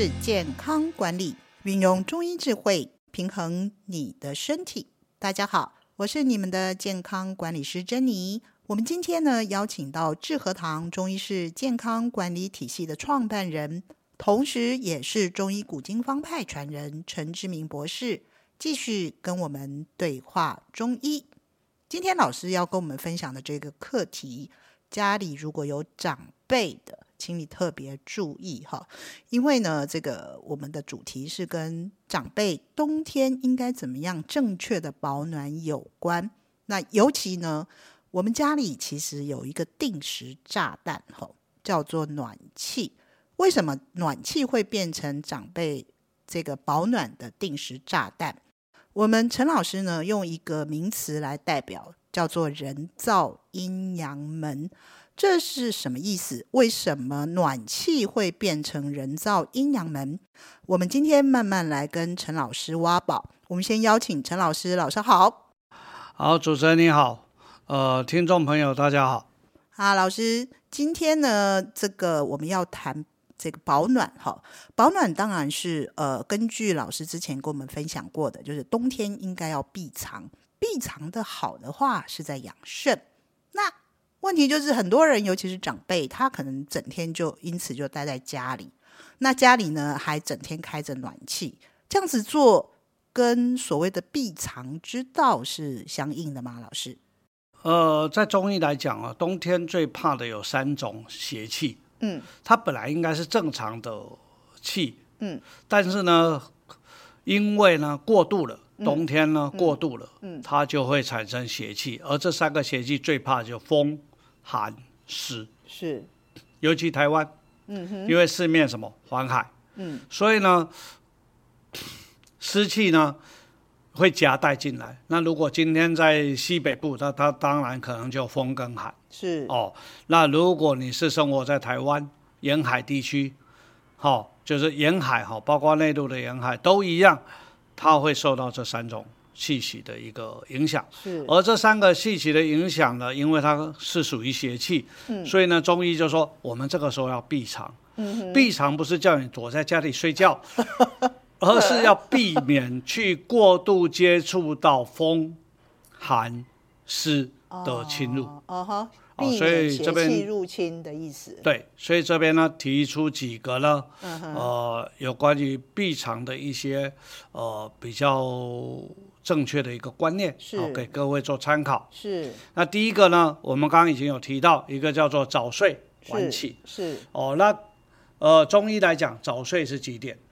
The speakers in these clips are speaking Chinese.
是健康管理，运用中医智慧平衡你的身体。大家好，我是你们的健康管理师珍妮。我们今天呢，邀请到致和堂中医式健康管理体系的创办人，同时也是中医古今方派传人陈之明博士，继续跟我们对话中医。今天老师要跟我们分享的这个课题，家里如果有长辈的，请你特别注意哈，因为呢，这个我们的主题是跟长辈冬天应该怎么样正确的保暖有关。那尤其呢，我们家里其实有一个定时炸弹叫做暖气。为什么暖气会变成长辈这个保暖的定时炸弹？我们陈老师呢，用一个名词来代表，叫做人造阴阳门。这是什么意思？为什么暖气会变成人造阴阳门？我们今天慢慢来跟陈老师挖宝。我们先邀请陈老师，老师好。 好，主持人你好，听众朋友大家好。 好，老师，今天呢，这个我们要谈这个保暖哈。保暖当然是根据老师之前跟我们分享过的，就是冬天应该要避藏，避藏的好的话是在养肾。那问题就是很多人尤其是长辈，他可能整天就因此就待在家里，那家里呢还整天开着暖气，这样子做跟所谓的避藏之道是相应的吗？老师？ 在中医来讲啊，冬天最怕的有3种邪气。它本来应该是正常的气，但是呢，因为呢过度了，冬天呢过度了，它就会产生邪气。而这3个邪气最怕就风、寒、湿， 是， 尤其台湾，因为四面什么环海，所以呢，湿气呢会夹带进来。那如果今天在西北部，它当然可能就风跟寒。 是那如果你是生活在台湾沿海地区，就是沿海包括内陆的沿海都一样，它会受到这3种气息的一个影响。而这3个气息的影响呢，因为它是属于邪气，所以呢，中医就说我们这个时候要避藏。避藏不是叫你躲在家里睡觉，而是要避免去过度接触到风、寒、湿的侵入。 避免邪气入侵的意思。 对，所以这边呢提出几个呢，有关于避藏的一些比较正确的一个观念，给各位做参考。 是。 那第一个呢，我们刚刚已经有提到，一个叫做早睡晚起。 是。 那中医来讲，早睡是几点？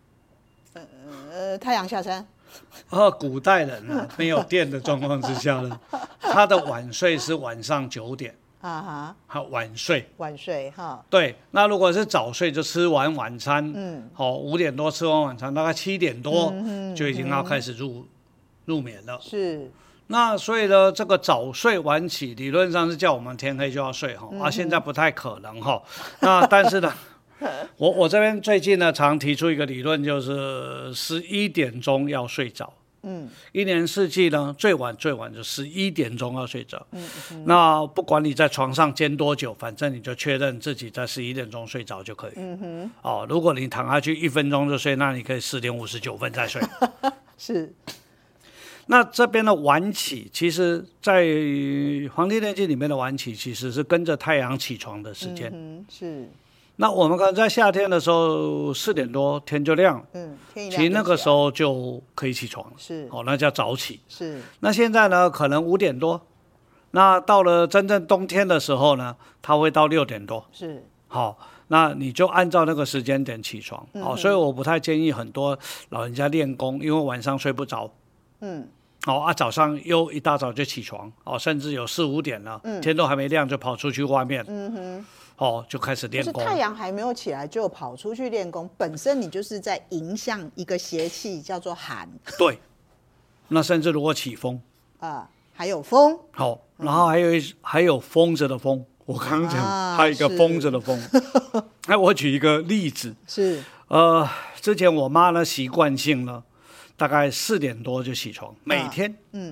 太阳下山。 古代人呢，没有电的状况之下呢，他的晚睡是晚上9点。晚睡哈。对，那如果是早睡，就吃完晚餐，5点多吃完晚餐，大概7点多就已经要开始入眠了。 是。 那所以呢，这个早睡晚起理论上是叫我们天黑就要睡现在不太可能那但是呢，我这边最近呢常提出一个理论，就是11点钟要睡着。一年四季呢，最晚就11点钟要睡着。那不管你在床上煎多久，反正你就确认自己在11点钟睡着就可以。如果你躺下去1分钟就睡，那你可以4点59分再睡。 是。 那这边的晚起，其实在《黄帝内经》里面的晚起，其实是跟着太阳起床的时间。是。那我们可能在夏天的时候4点多天就亮了， 天一亮， 其实那个时候就可以起床了。 是。 那叫早起。 是。 那现在呢，可能5点多，那到了真正冬天的时候呢，它会到6点多。 是。 那你就按照那个时间点起床。所以我不太建议很多老人家练功，因为晚上睡不着。早上又一大早就起床，甚至有4、5点了，天都还没亮就跑出去外面。就开始练功。 就是太阳还没有起来就跑出去练功，本身你就是在迎向一个邪气，叫做寒。 对。那甚至如果起风还有风。 然后还有疯子的疯，我刚刚讲还有一个疯子的疯。那我举一个例子。 是。 之前我妈呢习惯性呢，大概4点多就起床，每天。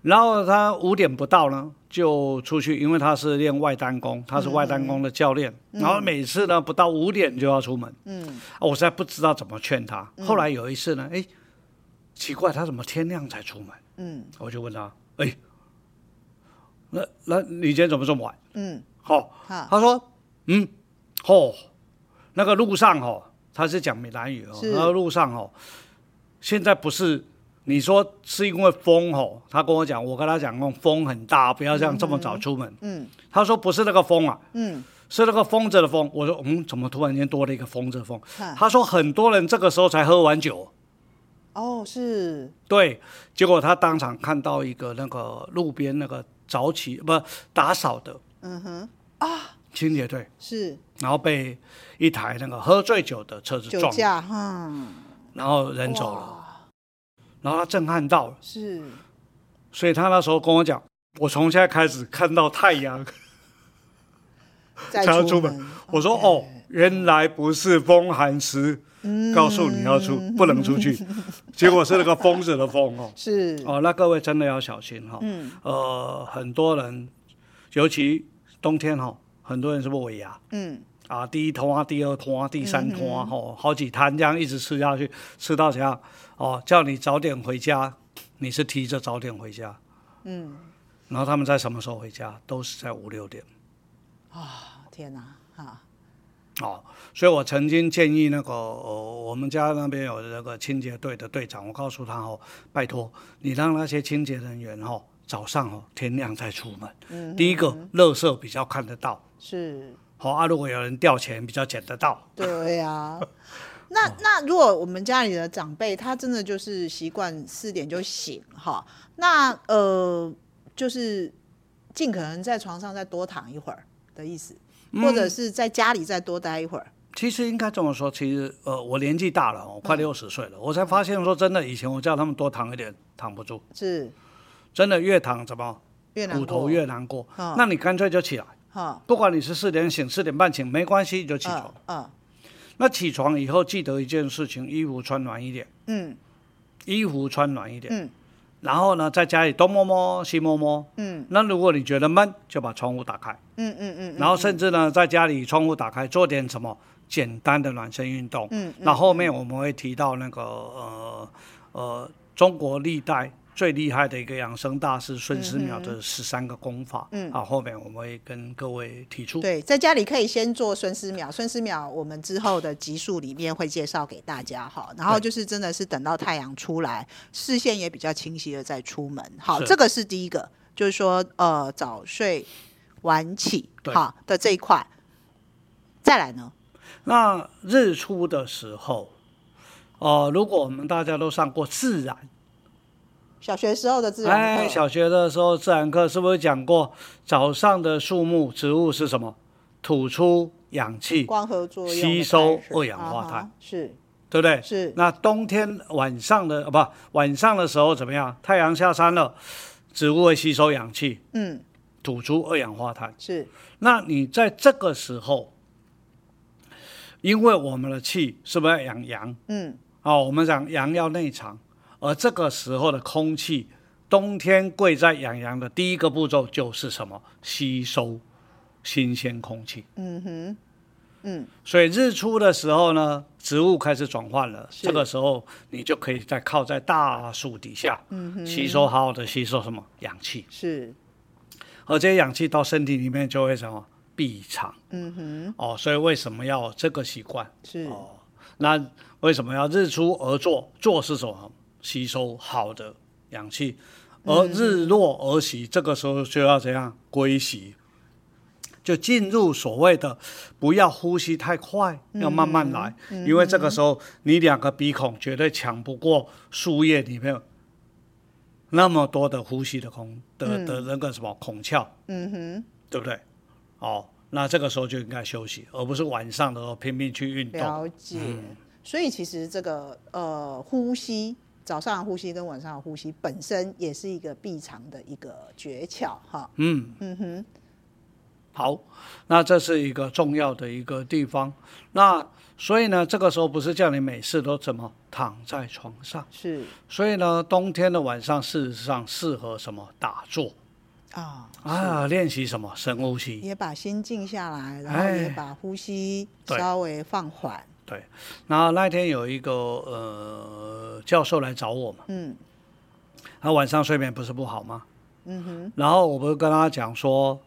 然后他5点不到呢，就出去，因为他是练外单功，他是外单功的教练。然后每次呢不到5点就要出门。我实在不知道怎么劝他。后来有一次呢，奇怪，他怎么天亮才出门？我就问他，那你今天怎么这么晚？他说，那个路上他是讲闽南语那个路上现在不是。你说是因为风他跟我讲，我跟他讲风很大，不要这么早出门。他说不是那个风啊，是那个疯子的风。我说怎么突然间多了一个疯子的风？他说很多人这个时候才喝完酒。 是。 对，结果他当场看到一个那个路边那个打扫的，清洁队是， 然后被一台那个喝醉酒的车子撞， 酒驾， 然后人走了。然后他震撼到了， 是， 所以他那时候跟我讲，我从现在开始看到太阳才要出门。我说原来不是风寒时告诉你不能出去，结果是那个疯子的风是那各位真的要小心很多人，尤其冬天很多人是不是尾牙？第一摊、第二摊、第三摊好几摊这样一直吃下去，吃到怎样叫你早点回家，你是提着早点回家，然后他们在什么时候回家？都是在5、6点。 天哪， 所以我曾经建议那个我们家那边有那个清洁队的队长，我告诉他拜托你让那些清洁人员早上天亮再出门。第一个，垃圾比较看得到， 是。 如果有人掉钱，比较捡得到。 对呀。那如果我们家里的长辈他真的就是习惯4点就醒那就是尽可能在床上再多躺一会儿的意思，或者是在家里再多待一会儿。 其实应该这么说，其实我年纪大了快60岁了，我才发现说真的，以前我叫他们多躺一点，躺不住， 是真的越躺怎么骨头越难过。那你干脆就起来。不管你是4点醒4点半醒没关系，就起床。那起床以后记得一件事情，衣服穿暖一点。衣服穿暖一点。然后呢，在家里东摸摸西摸摸。那如果你觉得闷，就把窗户打开。然后甚至呢，在家里窗户打开，做点什么简单的暖身运动。那后面我们会提到那个中国历代最厉害的一个养生大师孙思邈的13个功法。后面我们会跟各位提出。 对，在家里可以先做孙思邈我们之后的集数里面会介绍给大家然后就是真的是等到太阳出来，视线也比较清晰的再出门。这个是第一个，就是说早睡晚起的这一块。再来呢， 那日出的时候如果我们大家都上过自然， 小学时候的自然课， 小学的时候自然课是不是讲过早上的树木植物是什么？吐出氧气， 光合作用， 吸收二氧化碳， 是， 对不对？ 是。 那冬天晚上的时候怎么样？太阳下山了，植物会吸收氧气，吐出二氧化碳。 是。 那你在这个时候，因为我们的气是不是要养阳？我们讲阳要内藏。而这个时候的空气，冬天贵在养阳的第一个步骤就是什么？吸收新鲜空气。所以日出的时候呢，植物开始转换了，这个时候你就可以再靠在大树底下，好好的吸收什么氧气。 是， 而这些氧气到身体里面就会什么闭藏。所以为什么要这个习惯？ 是。 那为什么要日出而作？作是什么？吸收好的氧气。而日落而息，这个时候就要怎样归息，就进入所谓的不要呼吸太快，要慢慢来，因为这个时候你2个鼻孔绝对抢不过树叶里面那么多的呼吸的那个什么孔窍，对不对？那这个时候就应该休息，而不是晚上的时候拼命去运动。 了解。所以其实这个呼吸，早上的呼吸跟晚上的呼吸本身也是一个闭藏的一个诀窍哈。 好，那这是一个重要的一个地方。那所以呢，这个时候不是叫你每次都怎么躺在床上。 是所以呢，冬天的晚上事实上适合什么？打坐练习什么？深呼吸， 也把心静下来，然后也把呼吸稍微放缓。 对，然后那天有一个教授来找我嘛，他晚上睡眠不是不好吗？然后我不是跟他讲说，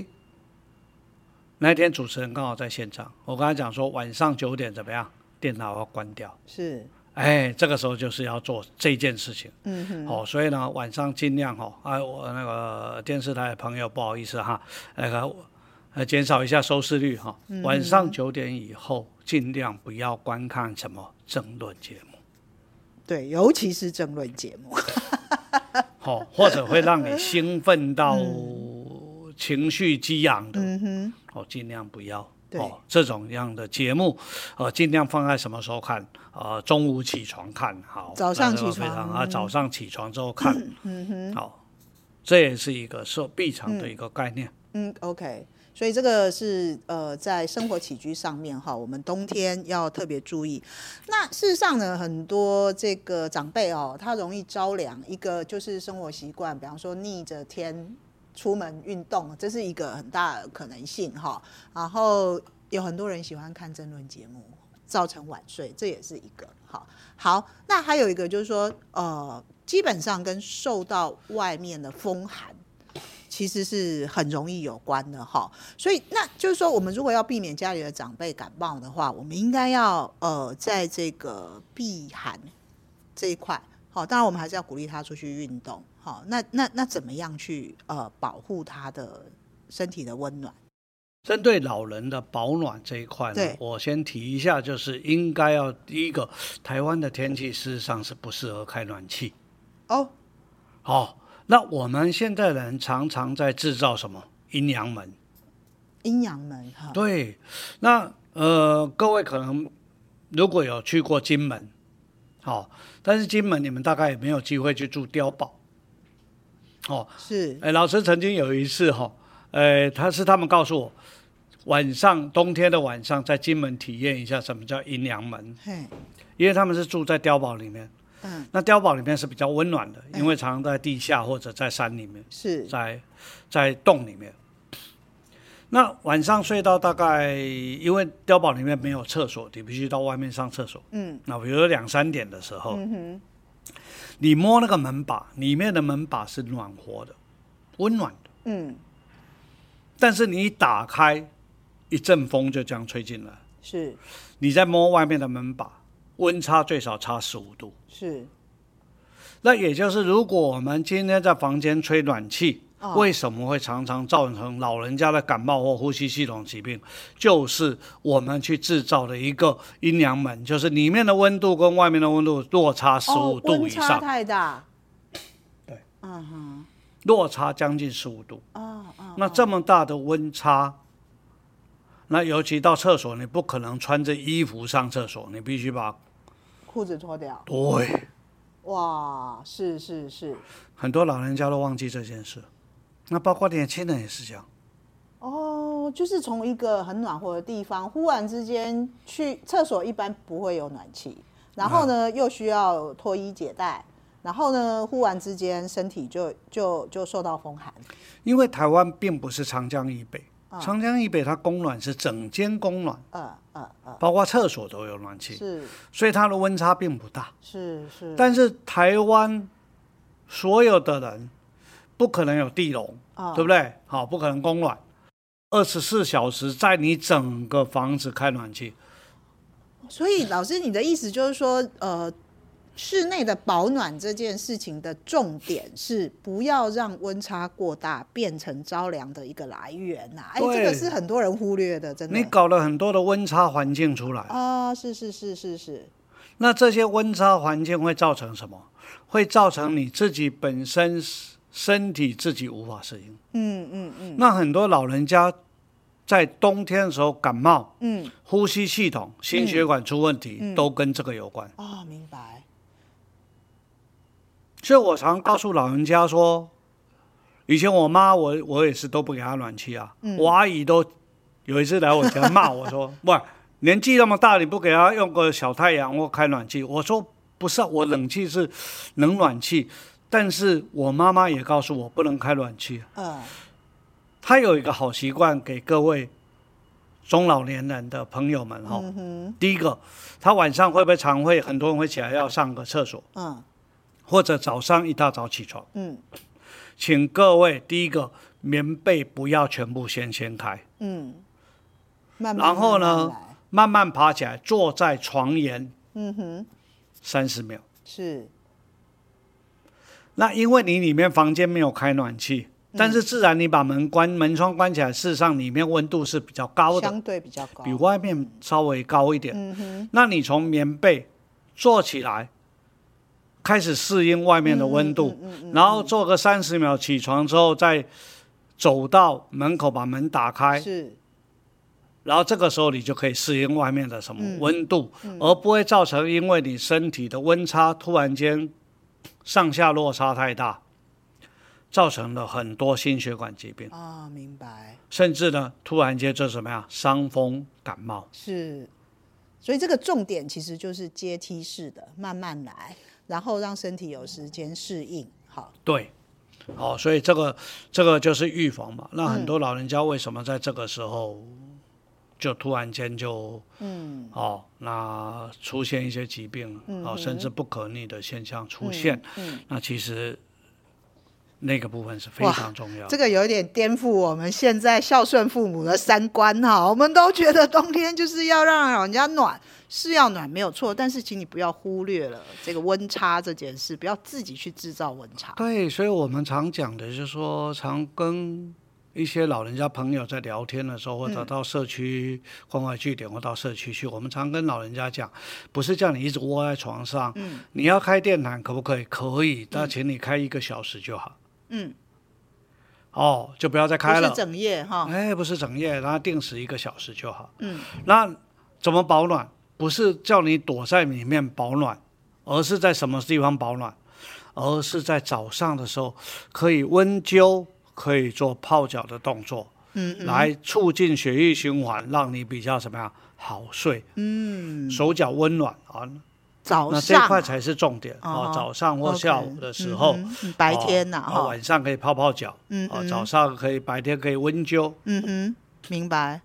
那天主持人刚好在现场，我跟他讲说晚上9点怎么样，电脑要关掉。 是。 这个时候就是要做这件事情。所以呢，晚上尽量我那个电视台的朋友不好意思哈，减少一下收视率哈。晚上9点以后，尽量不要观看什么政论节目。 对，尤其是政论节目。 或者会让你兴奋到情绪激昂的，尽量不要。这种样的节目，尽量放在什么时候看？中午起床看，好， 早上起床早上起床之后看，好，这也是一个必常的一个概念。 OK， 所以这个是在生活起居上面我们冬天要特别注意。那事实上呢，很多这个长辈他容易着凉，一个就是生活习惯，比方说逆着天出门运动，这是一个很大的可能性然后有很多人喜欢看政论节目，造成晚睡，这也是一个。好，那还有一个就是说基本上跟受到外面的风寒其实是很容易有关的所以那就是说，我们如果要避免家里的长辈感冒的话，我们应该要在这个避寒这一块当然我们还是要鼓励他出去运动那怎么样去保护他的身体的温暖？ 针对老人的保暖这一块呢，我先提一下，就是应该要第一个，台湾的天气事实上是不适合开暖气。那我们现在人常常在制造什么阴阳门？ 阴阳门对，那各位可能如果有去过金门，但是金门你们大概也没有机会去住碉堡。 是。 老师曾经有一次他们告诉我，冬天的晚上在金门体验一下什么叫阴阳门，因为他们是住在碉堡里面。那碉堡里面是比较温暖的，因为常常在地下或者在山里面， 是在洞里面。那晚上睡到大概，因为碉堡里面没有厕所，你必须到外面上厕所。那比如说2、3点的时候，你摸那个门把，里面的门把是暖和的、温暖的。但是你一打开，一阵风就这样吹进来。 是。 你在摸外面的门把，温差最少差15度。 是。 那也就是如果我们今天在房间吹暖气，为什么会常常造成老人家的感冒或呼吸系统疾病？就是我们去制造的一个阴阳门，就是里面的温度跟外面的温度落差15度以上。 温差太大。 对。落差将近15度。那这么大的温差，那尤其到厕所，你不可能穿着衣服上厕所，你必须把裤子脱掉。 对。 哇，是。 很多老人家都忘记这件事，那包括年轻人也是这样。 就是从一个很暖和的地方，忽然之间去厕所，一般不会有暖气，然后呢又需要脱衣解带，然后呢忽然之间身体就受到风寒。 因为台湾并不是长江以北，长江以北它供暖是整间供暖，包括厕所都有暖气， 是， 所以它的温差并不大。 是。 但是台湾所有的人不可能有地笼，对不对？不可能供暖，24小时在你整个房子开暖气。 所以老师，你的意思就是说，室内的保暖这件事情的重点是不要让温差过大变成着凉的一个来源这个是很多人忽略的，真的。 你搞了很多的温差环境出来是。 那这些温差环境会造成什么？会造成你自己本身身体自己无法适应。那很多老人家在冬天的时候感冒，呼吸系统、心血管出问题，都跟这个有关。 明白。 所以我常告诉老人家说，以前我妈我也是都不给她暖气我阿姨都有一次来我家骂我说，喂，年纪那么大你不给她用个小太阳或开暖气，我说不是我冷气是冷暖气，但是我妈妈也告诉我不能开暖气。她有一个好习惯给各位中老年人的朋友们第一个，她晚上会不会常会很多人会起来要上个厕所，或者早上一大早起床，请各位第一个棉被不要全部先掀开，然后呢慢慢爬起来，坐在床沿，30秒。 是。 那因为你里面房间没有开暖气，但是自然你把门窗关起来，事实上里面温度是比较高的， 相对比较高， 比外面稍微高一点。那你从棉被坐起来，开始适应外面的温度，然后做个30秒，起床之后再走到门口把门打开， 是。 然后这个时候你就可以适应外面的什么温度，而不会造成因为你身体的温差突然间上下落差太大，造成了很多心血管疾病。 明白。甚至呢，突然间就什么呀，伤风感冒。 是。所以这个重点其实就是阶梯式的，慢慢来，然后让身体有时间适应。好。对。 所以这个就是预防嘛。那很多老人家为什么在这个时候就突然间就那出现一些疾病，甚至不可逆的现象出现，那其实那个部分是非常重要的。 这个有点颠覆我们现在孝顺父母的三观哈。我们都觉得冬天就是要让老人家暖，是要暖没有错，但是请你不要忽略了这个温差这件事，不要自己去制造温差。 对，所以我们常讲的就是说，常跟一些老人家朋友在聊天的时候，或者到社区关怀据点或到社区去，我们常跟老人家讲，不是叫你一直窝在床上，你要开电毯可不可以？可以，但请你开1个小时就好。就不要再开了， 不是整夜哈。 不是整夜，然后定时1个小时就好。那怎么保暖？不是叫你躲在里面保暖，而是在什么地方保暖？而是在早上的时候可以温灸，可以做泡脚的动作，来促进血液循环，让你比较什么样好睡，手脚温暖早上那这一块才是重点早上或下午的时候， 白天晚上可以泡泡脚，早上可以，白天可以温灸， 明白。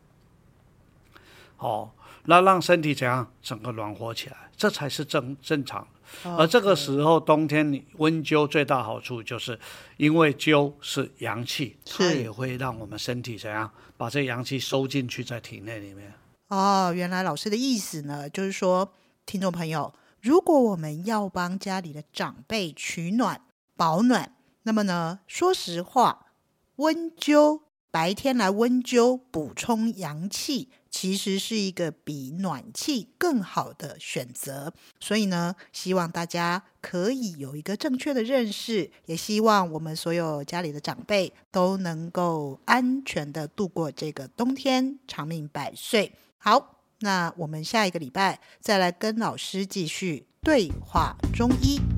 那让身体怎样整个暖和起来，这才是正常。而这个时候冬天你温灸最大好处就是因为灸是阳气，它也会让我们身体怎样把这阳气收进去在体内里面。 原来老师的意思呢，就是说听众朋友，如果我们要帮家里的长辈取暖保暖，那么呢说实话，温灸白天来温灸补充阳气，其实是一个比暖气更好的选择。所以呢，希望大家可以有一个正确的认识，也希望我们所有家里的长辈都能够安全的度过这个冬天，长命百岁。好，那我们下一个礼拜再来跟老师继续对话中医。